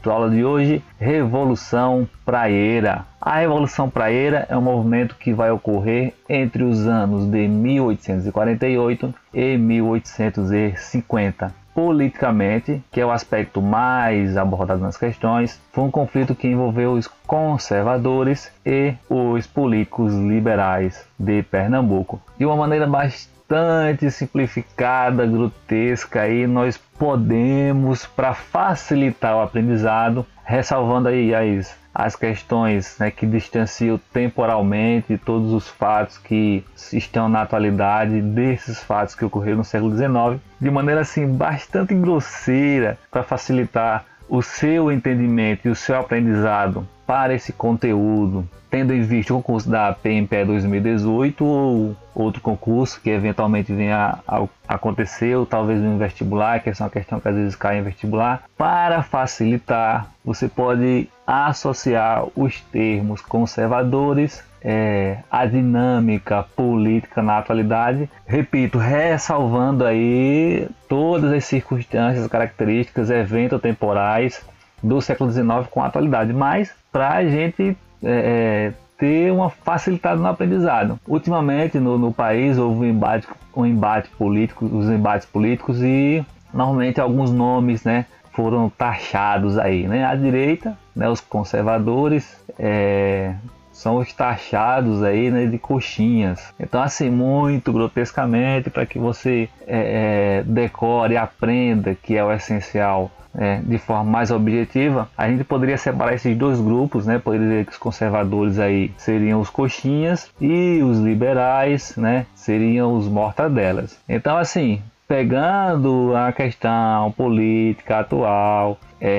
para a aula de hoje, Revolução Praieira. A Revolução Praieira é um movimento que vai ocorrer entre os anos de 1848 e 1850. Politicamente, que é o aspecto mais abordado nas questões, foi um conflito que envolveu os conservadores e os políticos liberais de Pernambuco. De uma maneira bastante simplificada, grotesca, aí nós podemos, para facilitar o aprendizado, ressalvando aí as questões, né, que distanciam temporalmente todos os fatos que estão na atualidade desses fatos que ocorreram no século XIX, de maneira assim bastante grosseira, para facilitar o seu entendimento e o seu aprendizado para esse conteúdo, tendo em vista o concurso da PMPE 2018 ou outro concurso que eventualmente venha a acontecer, ou talvez no vestibular, que é uma questão que às vezes cai em vestibular. Para facilitar, você pode associar os termos conservadores, a dinâmica política na atualidade, repito, ressalvando aí todas as circunstâncias, características, eventos temporais do século XIX com a atualidade, mas para a gente ter uma facilidade no aprendizado. Ultimamente no país houve um embate político, os embates políticos, e normalmente alguns nomes, né, foram taxados aí, né? À direita, né, os conservadores são os taxados aí, né, de coxinhas. Então, assim, muito grotescamente, para que você decore e aprenda, que é o essencial, de forma mais objetiva, a gente poderia separar esses dois grupos, né? Poderia dizer que os conservadores aí seriam os coxinhas e os liberais, né, seriam os mortadelas. Então, assim, pegando a questão política atual,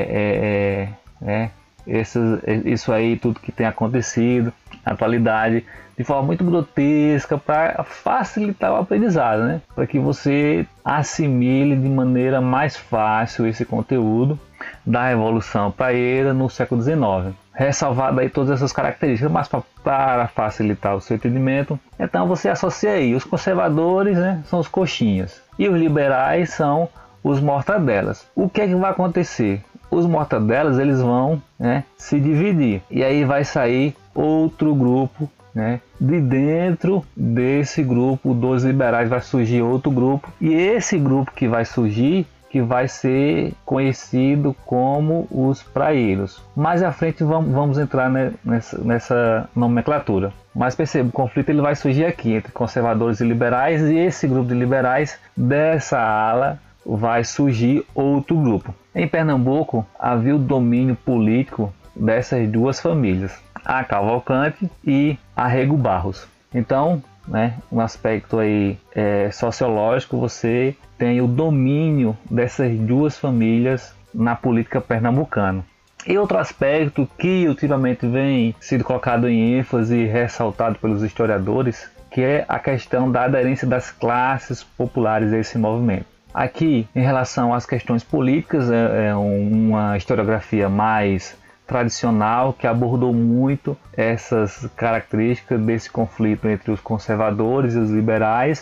isso aí, tudo que tem acontecido na atualidade, de forma muito grotesca, para facilitar o aprendizado, né? Para que você assimile de maneira mais fácil esse conteúdo da Revolução Praieira no século XIX. Ressalvado aí todas essas características, mas para facilitar o seu entendimento, então você associa aí os conservadores, né, são os coxinhas, e os liberais são os mortadelas. O que é que vai acontecer? Os mortadelas, eles vão, né, se dividir, e aí vai sair outro grupo, né? De dentro desse grupo dos liberais vai surgir outro grupo, e esse grupo que vai surgir, que vai ser conhecido como os praieiros. Mais à frente vamos entrar nessa nomenclatura. Mas perceba, o conflito ele vai surgir aqui entre conservadores e liberais, e esse grupo de liberais, dessa ala, vai surgir outro grupo. Em Pernambuco havia o domínio político dessas duas famílias, a Cavalcante e a Rego Barros. Então, né, um aspecto aí sociológico, você tem o domínio dessas duas famílias na política pernambucana. E outro aspecto que ultimamente vem sido colocado em ênfase e ressaltado pelos historiadores, que é a questão da aderência das classes populares a esse movimento. Aqui, em relação às questões políticas, é uma historiografia mais tradicional, que abordou muito essas características desse conflito entre os conservadores e os liberais,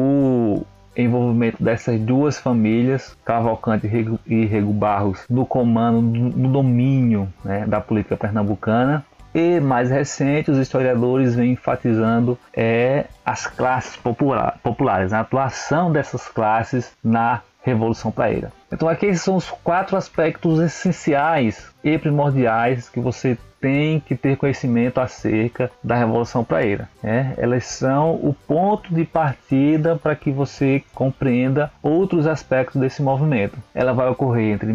o envolvimento dessas duas famílias, Cavalcante e Rego Barros, no comando, no domínio, né, da política pernambucana. E mais recente, os historiadores vêm enfatizando as classes populares, a atuação dessas classes na Revolução Praieira. Então aqui esses são os 4 aspectos essenciais e primordiais que você tem que ter conhecimento acerca da Revolução Praieira. Elas são o ponto de partida para que você compreenda outros aspectos desse movimento. Ela vai ocorrer entre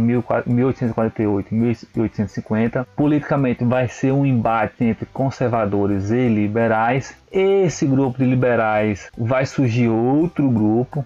1848 e 1850. Politicamente vai ser um embate entre conservadores e liberais. Esse grupo de liberais vai surgir outro grupo.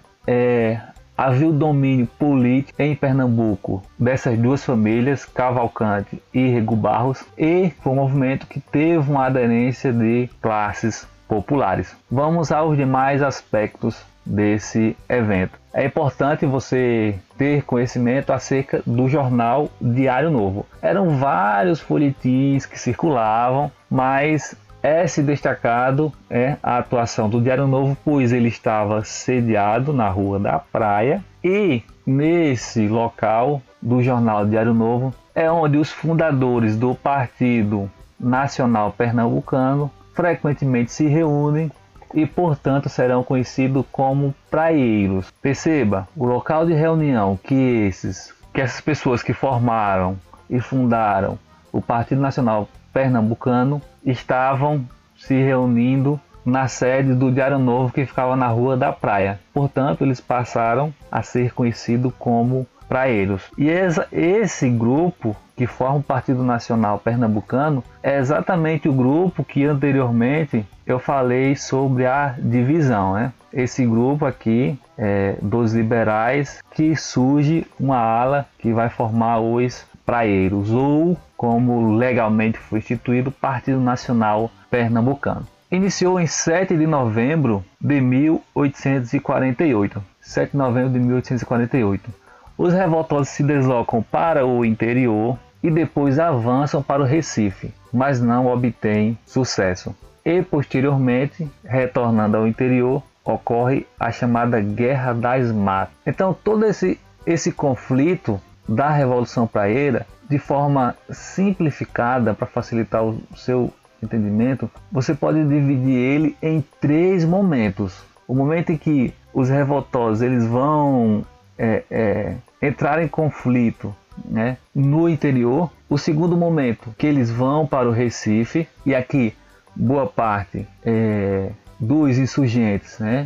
Havia o domínio político em Pernambuco dessas duas famílias, Cavalcante e Rego Barros, e foi um movimento que teve uma aderência de classes populares. Vamos aos demais aspectos desse evento. É importante você ter conhecimento acerca do jornal Diário Novo. Eram vários folhetins que circulavam, mas se destacado a atuação do Diário Novo, pois ele estava sediado na Rua da Praia, e nesse local do jornal Diário Novo, é onde os fundadores do Partido Nacional Pernambucano frequentemente se reúnem e, portanto, serão conhecidos como praieiros. Perceba, o local de reunião que essas pessoas que formaram e fundaram o Partido Nacional Pernambucano estavam se reunindo na sede do Diário Novo, que ficava na Rua da Praia. Portanto, eles passaram a ser conhecidos como praieiros. E esse grupo que forma o Partido Nacional Pernambucano é exatamente o grupo que anteriormente eu falei sobre a divisão, né? Esse grupo aqui dos liberais, que surge uma ala que vai formar os praieiros, ou como legalmente foi instituído, Partido Nacional Pernambucano. Iniciou em 7 de novembro de 1848. 7 de novembro de 1848. Os revoltosos se deslocam para o interior e depois avançam para o Recife, mas não obtêm sucesso. E posteriormente, retornando ao interior, ocorre a chamada Guerra das Matas. Então todo esse conflito da Revolução Praieira, de forma simplificada para facilitar o seu entendimento, você pode dividir ele em 3 momentos. O momento em que os revoltosos eles vão entrar em conflito, né, no interior. O segundo momento, que eles vão para o Recife, e aqui boa parte dos insurgentes, né,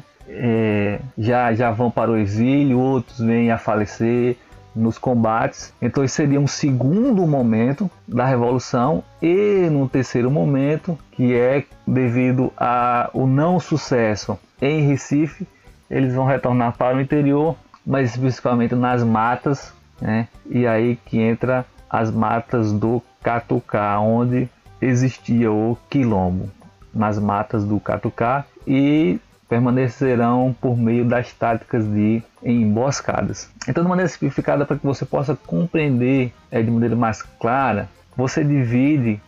já vão para o exílio, outros vêm a falecer nos combates. Então esse seria um segundo momento da Revolução. E no terceiro momento, que é devido ao não sucesso em Recife, eles vão retornar para o interior, mas especificamente nas matas, né? E aí que entra as matas do Catucá, onde existia o quilombo, nas matas do Catucá, e permanecerão por meio das táticas de emboscadas. Então, de maneira simplificada, para que você possa compreender de maneira mais clara, você divide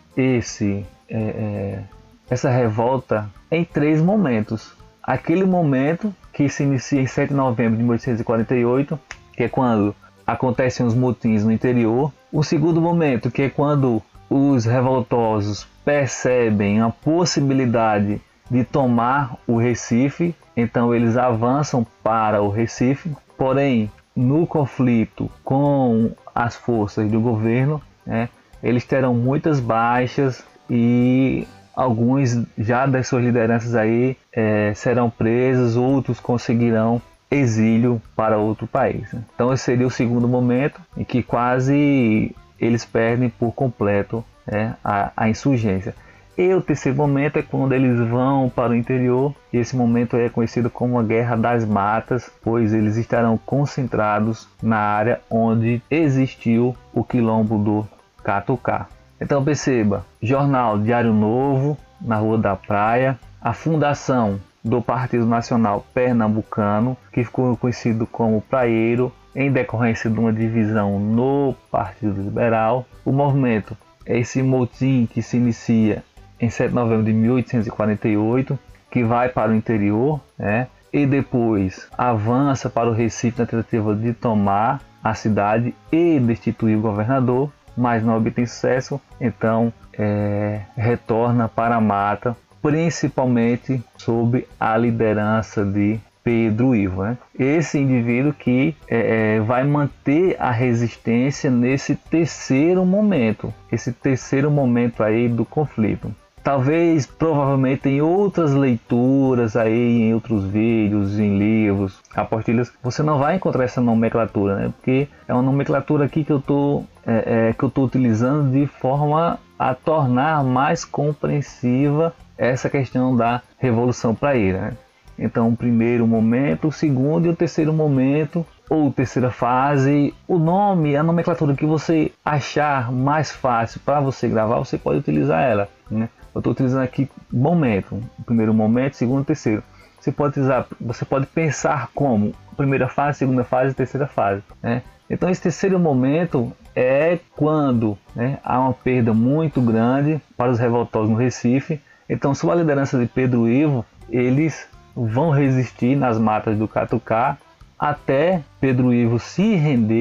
essa revolta em 3 momentos. Aquele momento que se inicia em 7 de novembro de 1848, que é quando acontecem os motins no interior. O segundo momento, que é quando os revoltosos percebem a possibilidade de tomar o Recife, então eles avançam para o Recife, porém no conflito com as forças do governo, né, eles terão muitas baixas e alguns já das suas lideranças aí serão presos, outros conseguirão exílio para outro país, né? Então esse seria o segundo momento em que quase eles perdem por completo, né, a insurgência. E o terceiro momento é quando eles vão para o interior, e esse momento é conhecido como a Guerra das Matas, pois eles estarão concentrados na área onde existiu o quilombo do Catucá. Então perceba, jornal Diário Novo, na Rua da Praia, a fundação do Partido Nacional Pernambucano, que ficou conhecido como Praieiro, em decorrência de uma divisão no Partido Liberal. O movimento é esse motim que se inicia em 7 de novembro de 1848, que vai para o interior, né, e depois avança para o Recife na tentativa de tomar a cidade e destituir o governador, mas não obtém sucesso, então retorna para a mata, principalmente sob a liderança de Pedro Ivo, né? Esse indivíduo que vai manter a resistência nesse terceiro momento, aí do conflito. Talvez, provavelmente, em outras leituras, aí, em outros vídeos, em livros, apostilas, você não vai encontrar essa nomenclatura, né? Porque é uma nomenclatura aqui que eu estou utilizando de forma a tornar mais compreensiva essa questão da Revolução Praieira, né? Então, o primeiro momento, o segundo e o terceiro momento, ou terceira fase, o nome, a nomenclatura que você achar mais fácil para você gravar, você pode utilizar ela, né? Eu estou utilizando aqui momento, o primeiro momento, segundo e terceiro. Você pode pensar como primeira fase, segunda fase e terceira fase, né? Então esse terceiro momento é quando, né, há uma perda muito grande para os revoltosos no Recife. Então, sob a liderança de Pedro Ivo, eles vão resistir nas matas do Catucá até Pedro Ivo se render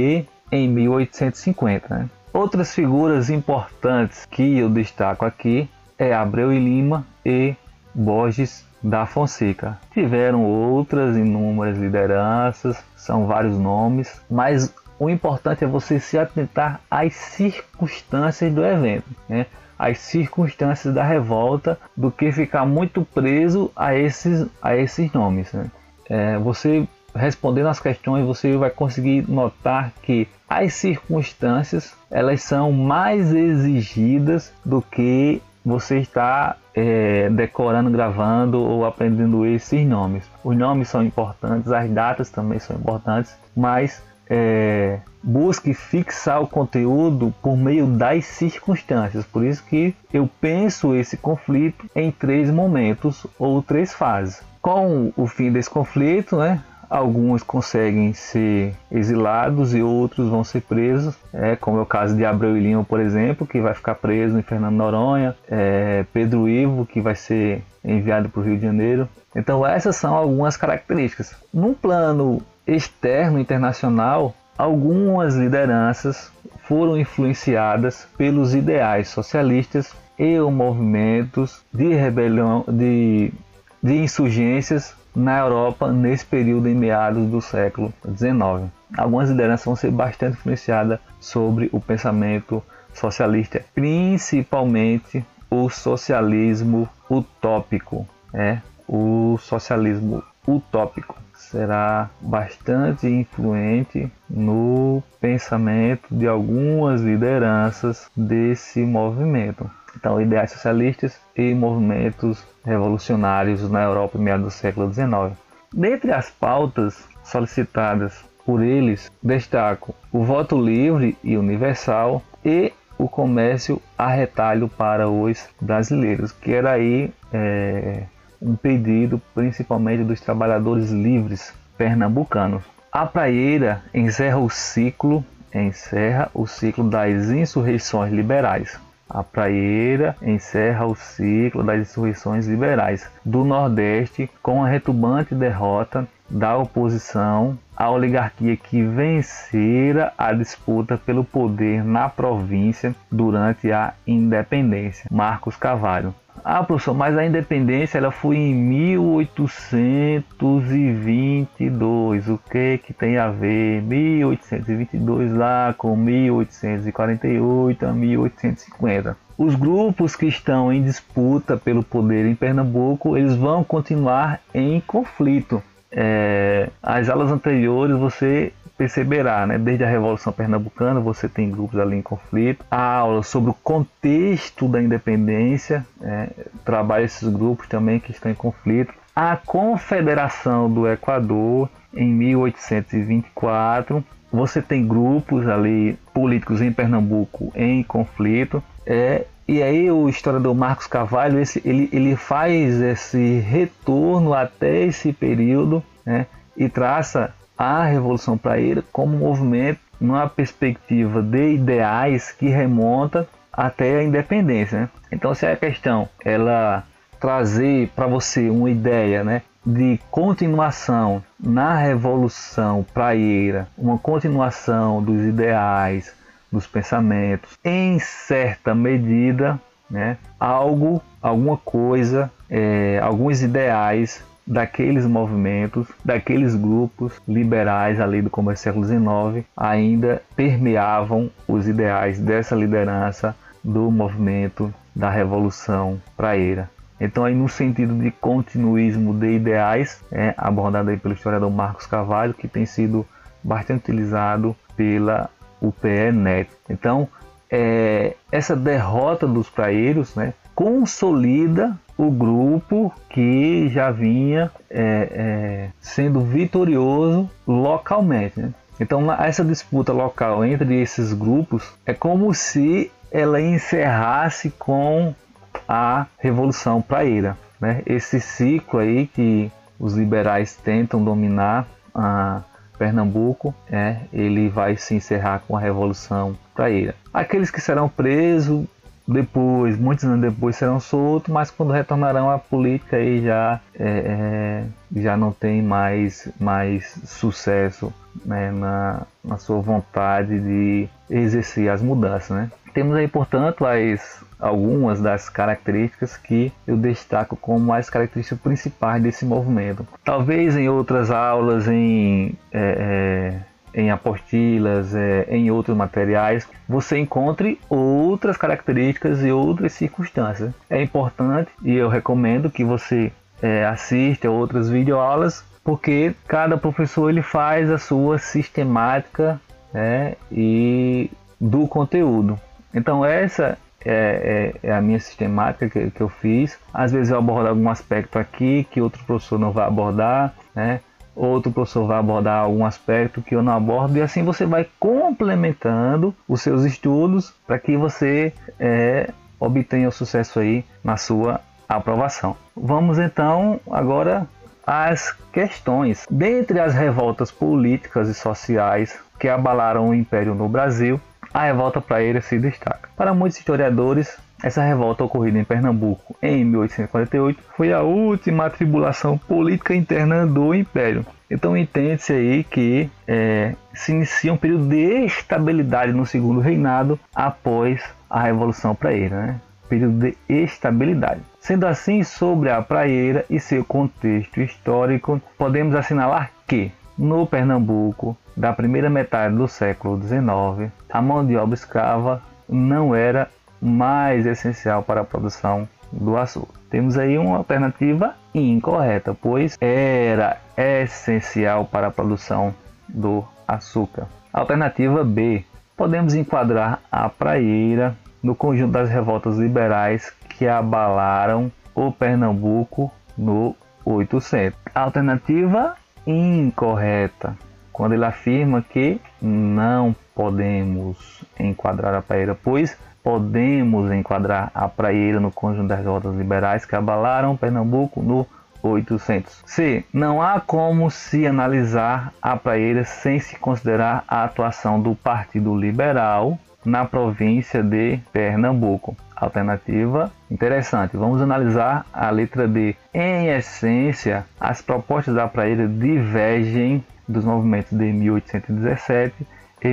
em 1850. Né? Outras figuras importantes que eu destaco aqui é Abreu e Lima e Borges da Fonseca. Tiveram outras inúmeras lideranças, são vários nomes, mas o importante é você se atentar às circunstâncias do evento, né? As circunstâncias da revolta, do que ficar muito preso a esses nomes. Né? Você respondendo as questões, você vai conseguir notar que as circunstâncias elas são mais exigidas do que você está decorando, gravando ou aprendendo esses nomes. Os nomes são importantes, as datas também são importantes, mas busque fixar o conteúdo por meio das circunstâncias. Por isso que eu penso esse conflito em 3 momentos ou 3 fases. Com o fim desse conflito, né, alguns conseguem ser exilados e outros vão ser presos, como é o caso de Abreu e Lima, por exemplo, que vai ficar preso em Fernando de Noronha, Pedro Ivo, que vai ser enviado para o Rio de Janeiro. Então essas são algumas características. Num plano externo, internacional, algumas lideranças foram influenciadas pelos ideais socialistas e os movimentos de rebelião, de insurgências na Europa nesse período em meados do século XIX. Algumas lideranças vão ser bastante influenciadas sobre o pensamento socialista, principalmente o socialismo utópico. O socialismo utópico será bastante influente no pensamento de algumas lideranças desse movimento. Então, ideais socialistas e movimentos revolucionários na Europa em meados do século XIX. Dentre as pautas solicitadas por eles, destaco o voto livre e universal e o comércio a retalho para os brasileiros, que era aí um pedido principalmente dos trabalhadores livres pernambucanos. A praieira encerra o ciclo das insurreições liberais. A praieira encerra o ciclo das insurreições liberais do Nordeste com a retumbante derrota da oposição à oligarquia que vencera a disputa pelo poder na província durante a independência. Marcos Carvalho. Professor, mas a independência ela foi em 1822. O que tem a ver 1822 lá com 1848 a 1850? Os grupos que estão em disputa pelo poder em Pernambuco, eles vão continuar em conflito. As aulas anteriores você perceberá, né? Desde a Revolução Pernambucana você tem grupos ali em conflito. A aula sobre o contexto da independência trabalha esses grupos também que estão em conflito. A Confederação do Equador em 1824, você tem grupos ali políticos em Pernambuco em conflito. E aí o historiador Marcos Carvalho ele faz esse retorno até esse período, né? E traça a Revolução Praieira como um movimento numa perspectiva de ideais que remonta até a independência. Né? Então, se a questão ela trazer para você uma ideia, né, de continuação na Revolução Praieira, uma continuação dos ideais, dos pensamentos, em certa medida, né, alguma coisa, alguns ideais daqueles movimentos, daqueles grupos liberais ali do começo do século XIX ainda permeavam os ideais dessa liderança do movimento da Revolução Praieira. Então aí no sentido de continuismo de ideais, abordado aí pelo historiador Marcos Carvalho, que tem sido bastante utilizado pela UPE-NET. Então essa derrota dos praeiros, né, consolida o grupo que já vinha sendo vitorioso localmente. Né? Então essa disputa local entre esses grupos é como se ela encerrasse com a Revolução Praieira. Né? Esse ciclo aí que os liberais tentam dominar Pernambuco, ele vai se encerrar com a Revolução Praieira. Aqueles que serão presos depois, muitos anos depois, serão soltos, mas quando retornarão à política aí já não tem mais sucesso, né, na sua vontade de exercer as mudanças, né? Temos aí, portanto, algumas das características que eu destaco como as características principais desse movimento. Talvez em outras aulas, em apostilas, em outros materiais, você encontre outras características e outras circunstâncias. É importante e eu recomendo que você assista a outras videoaulas, porque cada professor ele faz a sua sistemática, e do conteúdo. Então essa é a minha sistemática que eu fiz. Às vezes eu abordo algum aspecto aqui que outro professor não vai abordar, né? Outro professor vai abordar algum aspecto que eu não abordo, e assim você vai complementando os seus estudos para que você obtenha o sucesso aí na sua aprovação. Vamos então agora às questões. Dentre as revoltas políticas e sociais que abalaram o Império no Brasil, a revolta praieira se destaca. Para muitos historiadores, essa revolta ocorrida em Pernambuco em 1848 foi a última tribulação política interna do Império. Então entende-se aí que se inicia um período de estabilidade no segundo reinado após a Revolução Praieira, né? Período de estabilidade. Sendo assim, sobre a praieira e seu contexto histórico, podemos assinalar que no Pernambuco da primeira metade do século XIX, a mão de obra escrava não era mais essencial para a produção do açúcar. Temos aí uma alternativa incorreta, pois era essencial para a produção do açúcar. Alternativa B. Podemos enquadrar a praieira no conjunto das revoltas liberais que abalaram o Pernambuco no 800. Alternativa incorreta, quando ele afirma que não podemos enquadrar a praieira, pois podemos enquadrar a praieira no conjunto das revoltas liberais que abalaram Pernambuco no 800. C. Não há como se analisar a praieira sem se considerar a atuação do Partido Liberal na província de Pernambuco. Alternativa interessante. Vamos analisar a letra D. Em essência, as propostas da praieira divergem dos movimentos de 1817 e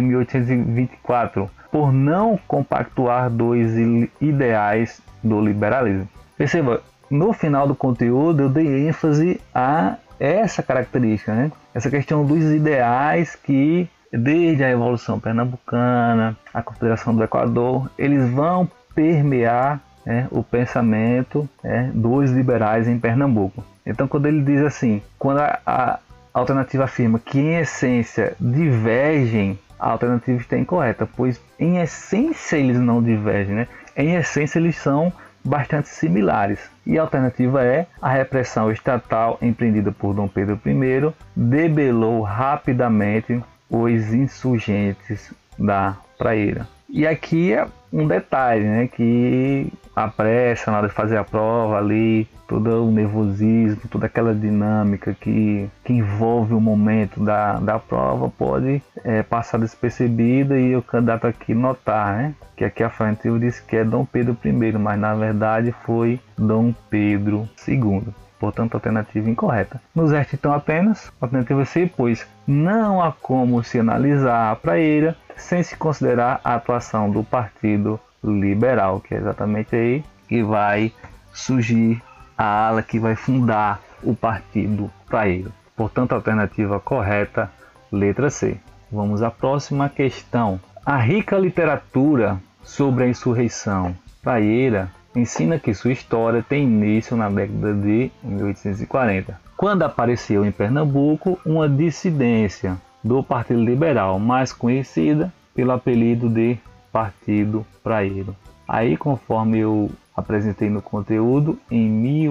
1824, por não compactuar dois ideais do liberalismo. Perceba, no final do conteúdo eu dei ênfase a essa característica, né? Essa questão dos ideais que, desde a Revolução Pernambucana, a Confederação do Equador, eles vão permear o pensamento dos liberais em Pernambuco. Então, quando ele diz assim, quando a alternativa afirma que em essência divergem, a alternativa está incorreta, pois em essência eles não divergem, né? Em essência eles são bastante similares. E a alternativa é: a repressão estatal empreendida por Dom Pedro I debelou rapidamente os insurgentes da praieira. E aqui é um detalhe, né, que a pressa na hora de fazer a prova ali, todo o nervosismo, toda aquela dinâmica que envolve o momento da prova pode passar despercebida e o candidato aqui notar, né, que aqui à frente eu disse que é Dom Pedro I, mas na verdade foi Dom Pedro II. Portanto, alternativa incorreta. Nos resta então apenas a alternativa C, pois não há como se analisar a praieira sem se considerar a atuação do Partido Liberal, que é exatamente aí que vai surgir a ala que vai fundar o Partido Praieiro. Portanto, a alternativa correta, letra C. Vamos à próxima questão. A rica literatura sobre a insurreição praieira ensina que sua história tem início na década de 1840, quando apareceu em Pernambuco uma dissidência do Partido Liberal, mais conhecida pelo apelido de Partido Praieiro. Aí, conforme eu apresentei no conteúdo, em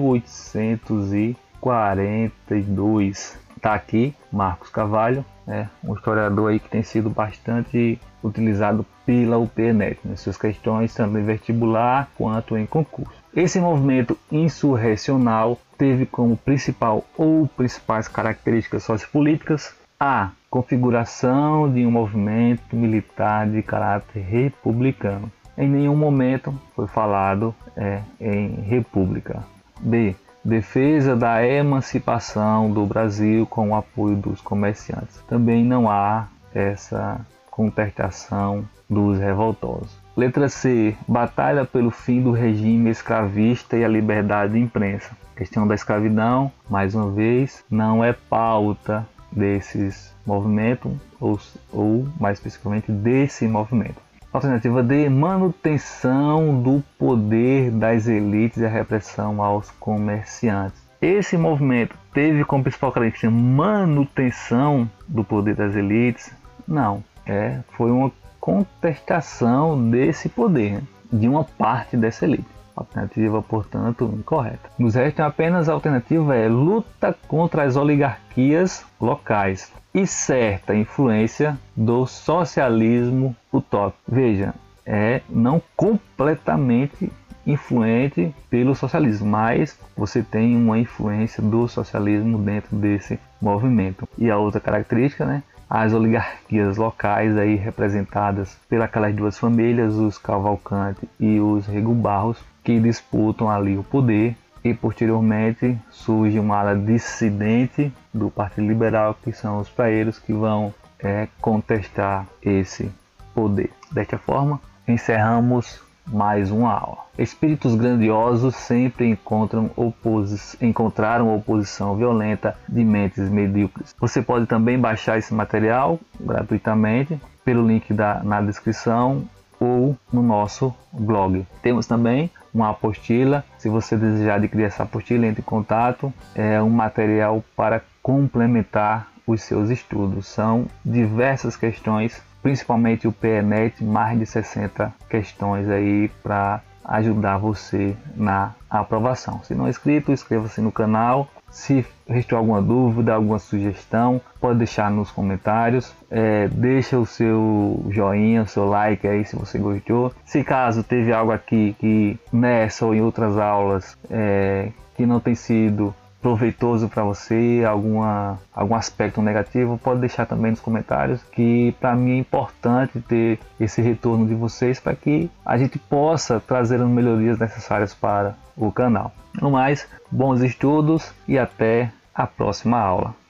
1842, está aqui Marcos Carvalho, um historiador aí que tem sido bastante utilizado pela UPNet nas suas questões, tanto em vestibular quanto em concurso. Esse movimento insurrecional teve como principal ou principais características sociopolíticas a configuração de um movimento militar de caráter republicano. em nenhum momento foi falado em república. B. Defesa da emancipação do Brasil com o apoio dos comerciantes. Também não há essa contestação dos revoltosos. Letra C. Batalha pelo fim do regime escravista e a liberdade de imprensa. A questão da escravidão, mais uma vez, não é pauta desses movimentos, ou mais especificamente desse movimento. Alternativa D. Manutenção do poder das elites e a repressão aos comerciantes. Esse movimento teve como principal característica manutenção do poder das elites? Não, foi uma contestação desse poder, de uma parte dessa elite. Alternativa, portanto, incorreta. Nos resta apenas a alternativa luta contra as oligarquias locais e certa influência do socialismo utópico. Veja, não completamente influente pelo socialismo, mas você tem uma influência do socialismo dentro desse movimento. E a outra característica, as oligarquias locais aí representadas pelas duas famílias, os Cavalcante e os Rego Barros, que disputam ali o poder, e posteriormente surge uma ala dissidente do Partido Liberal, que são os praeiros, que vão contestar esse poder. Desta forma, encerramos mais uma aula. Espíritos grandiosos sempre encontraram oposição violenta de mentes medíocres. Você pode também baixar esse material gratuitamente pelo link na descrição ou no nosso blog. Temos também uma apostila. Se você desejar adquirir essa apostila, entre em contato. É um material para complementar os seus estudos. São diversas questões, principalmente o PENET, mais de 60 questões aí para ajudar você na aprovação. Se não é inscrito, inscreva-se no canal. Se restou alguma dúvida, alguma sugestão, pode deixar nos comentários. Deixa o seu joinha, o seu like aí se você gostou. Se caso teve algo aqui que nessa ou em outras aulas que não tem sido proveitoso para você, algum aspecto negativo, pode deixar também nos comentários, que para mim é importante ter esse retorno de vocês para que a gente possa trazer as melhorias necessárias para o canal. No mais, bons estudos e até a próxima aula.